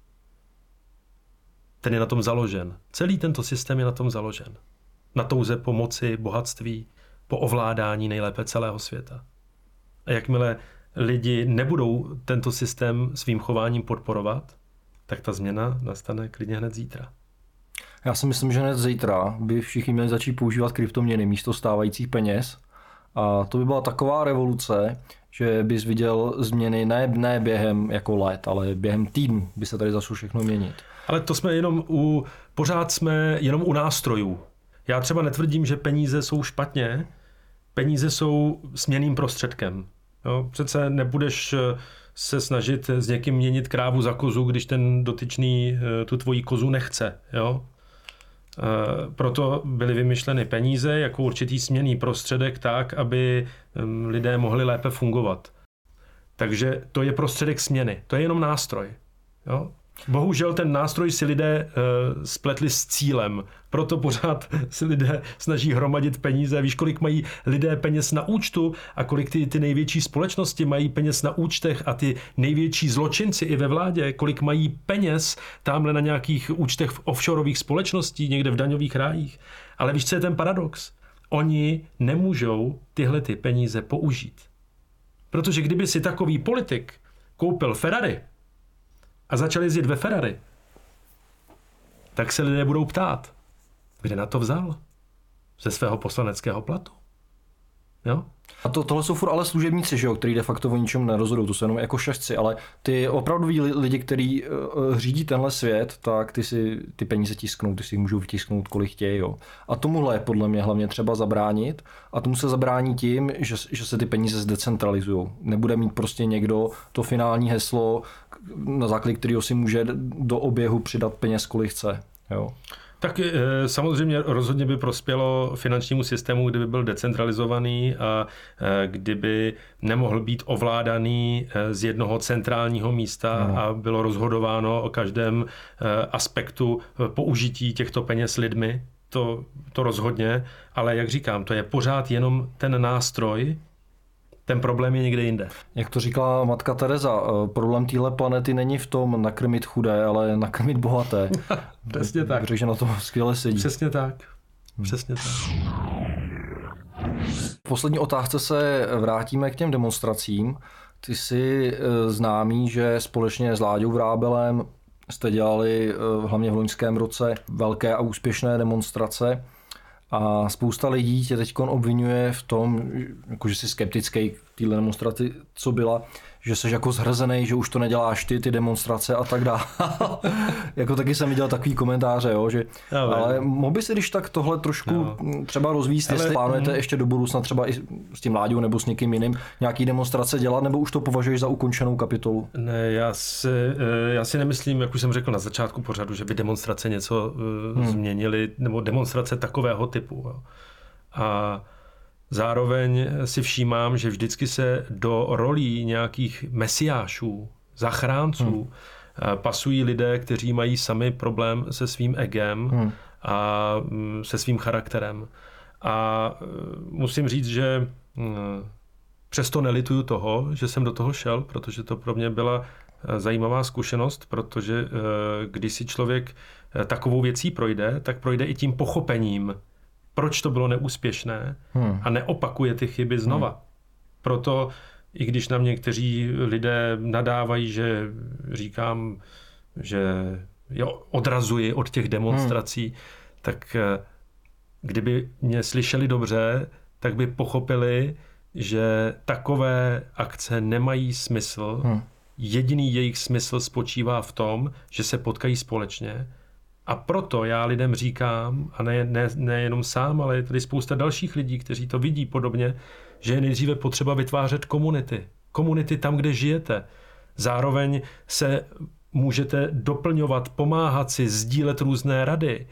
Ten je na tom založen. Celý tento systém je na tom založen. Na touze po moci, bohatství, po ovládání nejlépe celého světa. A jakmile lidi nebudou tento systém svým chováním podporovat, tak ta změna nastane klidně hned zítra. Já si myslím, že hned zítra by všichni měli začít používat kryptoměny místo stávajících peněz. A to by byla taková revoluce, že bys viděl změny ne, ne během jako let, ale během týdnů by se tady začalo všechno měnit. Ale to jsme jenom u, pořád jsme jenom u nástrojů. Já třeba netvrdím, že peníze jsou špatně, peníze jsou směnným prostředkem. Jo, přece nebudeš se snažit s někým měnit krávu za kozu, když ten dotyčný tu tvoji kozu nechce. Jo? Proto byly vymyšleny peníze jako určitý směnný prostředek tak, aby lidé mohli lépe fungovat. Takže to je prostředek směny, to je jenom nástroj. Jo? Bohužel ten nástroj si lidé uh, spletli s cílem, proto pořád si lidé snaží hromadit peníze. Víš, kolik mají lidé peněz na účtu a kolik ty, ty největší společnosti mají peněz na účtech a ty největší zločinci i ve vládě, kolik mají peněz tamhle na nějakých účtech v offshoreových společností, někde v daňových rájích. Ale víš, co je ten paradox? Oni nemůžou tyhle ty peníze použít. Protože kdyby si takový politik koupil Ferrari a začal jezdit ve Ferrari, tak se lidé budou ptát, kde na to vzal? Ze svého poslaneckého platu. Jo? A to, tohle jsou furt ale služebníci, že jo, který de facto o ničem nerozhodují, to jsou jenom jako šašci, ale ty opravdoví lidi, kteří uh, řídí tenhle svět, tak ty si ty peníze tisknou, ty si jich můžou vytisknout, kolik chtějí, jo. A tomuhle je podle mě hlavně třeba zabránit a tomu se zabrání tím, že, že se ty peníze zdecentralizují. Nebude mít prostě někdo to finální heslo, na základě kterého si může do oběhu přidat peněz, kolik chce, jo. Tak samozřejmě rozhodně by prospělo finančnímu systému, kdyby byl decentralizovaný a kdyby nemohl být ovládaný z jednoho centrálního místa no. a bylo rozhodováno o každém aspektu použití těchto peněz lidmi. To, to rozhodně, ale jak říkám, to je pořád jenom ten nástroj, ten problém je někde jinde. Jak to říkala matka Tereza, problém téhle planety není v tom nakrmit chudé, ale nakrmit bohaté. Přesně tak. Protože na to skvěle sedí. Přesně tak. Přesně tak. V poslední otázce se vrátíme k těm demonstracím. Ty jsi známý, že společně s Láďou Vrábelem jste dělali hlavně v loňském roce velké a úspěšné demonstrace. A spousta lidí tě teď obvinuje v tom, jako že jsi skeptický k téhle demonstraci, co byla, že jsi jako zhrzenej, že už to neděláš ty, ty demonstrace a tak dále. Jako taky jsem viděl takový komentáře, jo, že, ale mohl by si když tak tohle trošku jo. třeba rozvíst, ale, jestli plánujete mm. ještě do budoucna třeba i s tím Láďou nebo s někým jiným nějaký demonstrace dělat, nebo už to považuješ za ukončenou kapitolu? Ne, já si, já si nemyslím, jak už jsem řekl na začátku pořadu, že by demonstrace něco hmm. změnily, nebo demonstrace takového typu. Jo. A zároveň si všímám, že vždycky se do rolí nějakých mesiášů, zachránců hmm. pasují lidé, kteří mají sami problém se svým egem hmm. a se svým charakterem. A musím říct, že přesto nelituju toho, že jsem do toho šel, protože to pro mě byla zajímavá zkušenost, protože když si člověk takovou věcí projde, tak projde i tím pochopením, proč to bylo neúspěšné hmm. a neopakuje ty chyby znova. Hmm. Proto, i když na mě někteří lidé nadávají, že říkám, že jo, odrazuji od těch demonstrací, hmm. tak kdyby mě slyšeli dobře, tak by pochopili, že takové akce nemají smysl. Hmm. Jediný jejich smysl spočívá v tom, že se potkají společně. A proto já lidem říkám, a ne, ne, ne jenom sám, ale je tady spousta dalších lidí, kteří to vidí podobně, že je nejdříve potřeba vytvářet komunity. Komunity tam, kde žijete. Zároveň se můžete doplňovat, pomáhat si, sdílet různé rady.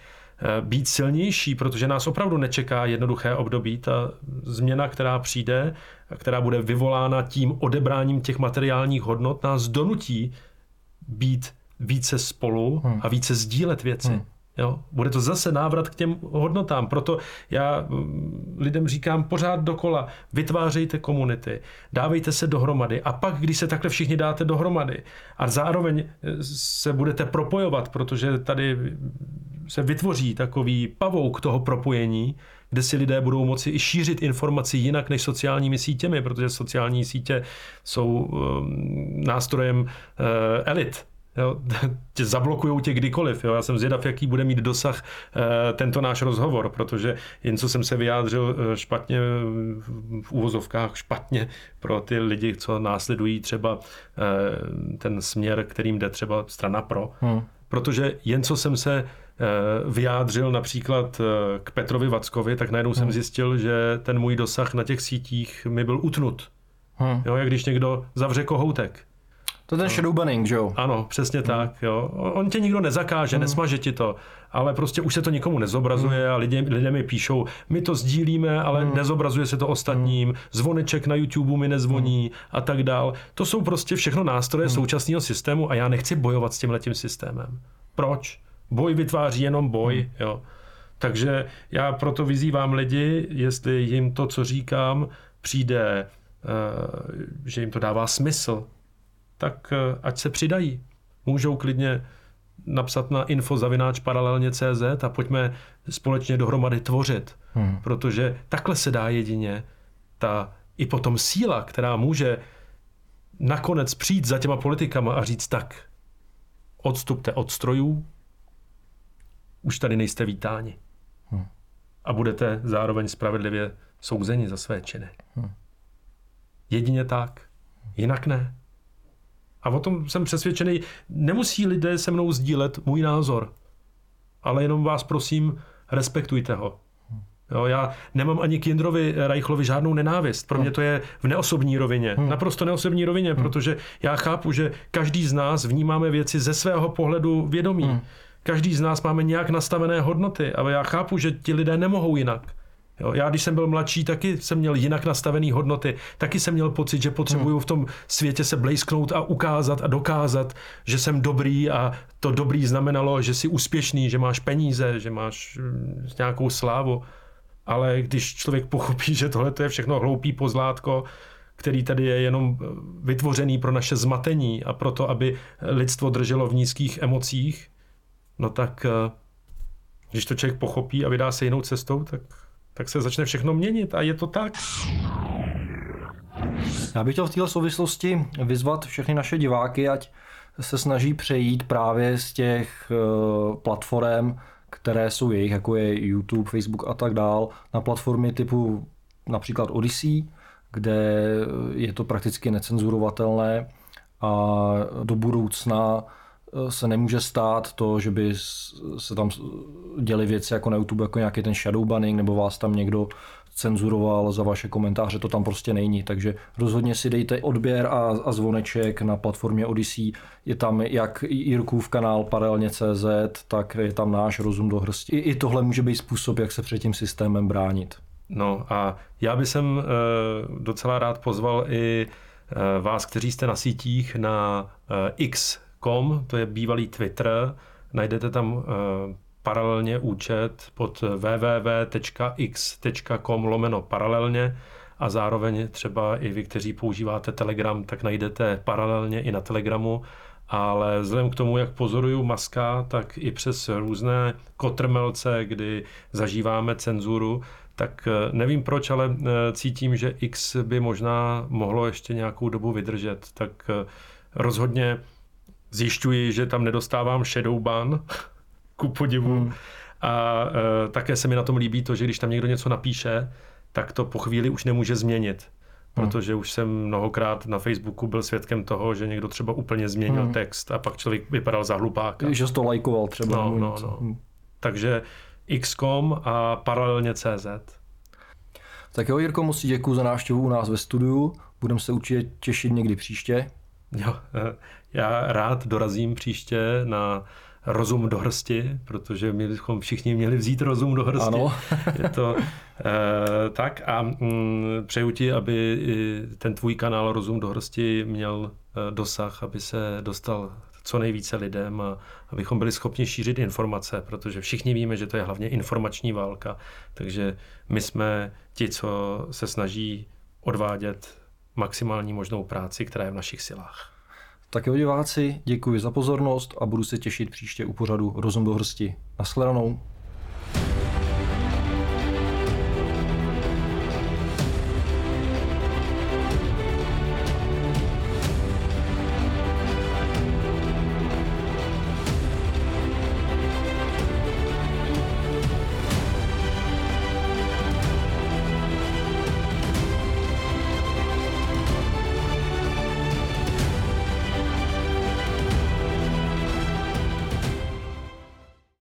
být silnější, protože nás opravdu nečeká jednoduché období. Ta změna, která přijde, která bude vyvolána tím odebráním těch materiálních hodnot, nás donutí být více spolu hmm. a více sdílet věci. Hmm. Jo? Bude to zase návrat k těm hodnotám. Proto já lidem říkám pořád dokola, vytvářejte komunity, dávejte se dohromady a pak, když se takhle všichni dáte dohromady a zároveň se budete propojovat, protože tady se vytvoří takový pavouk toho propojení, kde si lidé budou moci i šířit informaci jinak než sociálními sítěmi, protože sociální sítě jsou um, nástrojem uh, elit. Jo, tě zablokujou tě kdykoliv. Jo. Já jsem zvědav, jaký bude mít dosah e, tento náš rozhovor, protože jen co jsem se vyjádřil špatně, v úvozovkách špatně pro ty lidi, co následují třeba e, ten směr, kterým jde třeba strana pro. Hmm. Protože jen co jsem se e, vyjádřil například e, k Petrovi Vackovi, tak najednou hmm. jsem zjistil, že ten můj dosah na těch sítích mi byl utnut. Hmm. Jo, jak když někdo zavře kohoutek. To je ten shadow banning, že jo? Ano, přesně hmm. tak. Jo. On tě nikdo nezakáže, hmm. nesmaže ti to, ale prostě už se to nikomu nezobrazuje hmm. a lidé, lidé mi píšou, my to sdílíme, ale hmm. nezobrazuje se to ostatním, hmm. zvoneček na YouTube mi nezvoní hmm. a tak dál. To jsou prostě všechno nástroje hmm. současného systému a já nechci bojovat s tímhletím systémem. Proč? Boj vytváří jenom boj, hmm. jo. Takže já proto vyzývám lidi, jestli jim to, co říkám, přijde, uh, že jim to dává smysl, tak ať se přidají. Můžou klidně napsat na info zavináč paralelně tečka cé zet a pojďme společně dohromady tvořit. Hmm. Protože takhle se dá jedině ta i potom síla, která může nakonec přijít za těma politikama a říct tak, odstupte od strojů, už tady nejste vítáni. Hmm. A budete zároveň spravedlivě souzeni za své činy. Hmm. Jedině tak. Jinak ne. A o tom jsem přesvědčený, nemusí lidé se mnou sdílet můj názor, ale jenom vás prosím, respektujte ho. Jo, já nemám ani k Jindrovi Reichlovi žádnou nenávist. Pro mě to je v neosobní rovině. Naprosto neosobní rovině, protože já chápu, že každý z nás vnímáme věci ze svého pohledu vědomí. Každý z nás máme nějak nastavené hodnoty, ale já chápu, že ti lidé nemohou jinak. Jo, já, když jsem byl mladší, taky jsem měl jinak nastavené hodnoty. Taky jsem měl pocit, že potřebuju v tom světě se blejsknout a ukázat a dokázat, že jsem dobrý a to dobrý znamenalo, že jsi úspěšný, že máš peníze, že máš nějakou slávu. Ale když člověk pochopí, že tohle je všechno hloupý pozlátko, který tady je jenom vytvořený pro naše zmatení a proto, aby lidstvo drželo v nízkých emocích, no tak když to člověk pochopí a vydá se jinou cestou, tak tak se začne všechno měnit a je to tak. Já bych chtěl v této souvislosti vyzvat všechny naše diváky, ať se snaží přejít právě z těch uh, platform, které jsou jejich, jako je YouTube, Facebook a tak dál, na platformy typu například Odyssey, kde je to prakticky necenzurovatelné a do budoucna se nemůže stát to, že by se tam děly věci jako na YouTube, jako nějaký ten shadow banning, nebo vás tam někdo cenzuroval za vaše komentáře, to tam prostě není. Takže rozhodně si dejte odběr a, a zvoneček na platformě Odyssey. Je tam jak Jirkův kanál paralelně tečka cé zet, tak je tam náš Rozum do hrsti. I, i tohle může být způsob, jak se před tím systémem bránit. No a já bych sem e, docela rád pozval i e, vás, kteří jste na sítích, na e, X tečka com, to je bývalý Twitter, najdete tam uh, paralelně účet pod w w w tečka x tečka com lomeno paralelně a zároveň třeba i vy, kteří používáte Telegram, tak najdete paralelně i na Telegramu, ale vzhledem k tomu, jak pozoruju Muska, tak i přes různé kotrmelce, kdy zažíváme cenzuru, tak nevím proč, ale cítím, že X by možná mohlo ještě nějakou dobu vydržet, tak rozhodně zjišťuji, že tam nedostávám shadow ban, ku podivu. Hmm. A e, také se mi na tom líbí to, že když tam někdo něco napíše, tak to po chvíli už nemůže změnit. Protože hmm. už jsem mnohokrát na Facebooku byl svědkem toho, že někdo třeba úplně změnil hmm. text a pak člověk vypadal za hlupáka. Že to lajkoval třeba. No, no, no. Hmm. Takže X tečka com a paralelně tečka cé zet. Tak jo, Jirko, moc děkuji za návštěvu u nás ve studiu. Budeme se určitě těšit někdy příště. Jo, já rád dorazím příště na rozum do hrsti, protože my bychom všichni měli vzít rozum do hrsti. Ano. Je to e, tak a mm, přeju ti, aby ten tvůj kanál Rozum do hrsti měl e, dosah, aby se dostal co nejvíce lidem a abychom byli schopni šířit informace, protože všichni víme, že to je hlavně informační válka, takže my jsme ti, co se snaží odvádět maximální možnou práci, která je v našich silách. Tak jo, diváci, děkuji za pozornost a budu se těšit příště u pořadu Rozum do hrsti. Nashledanou.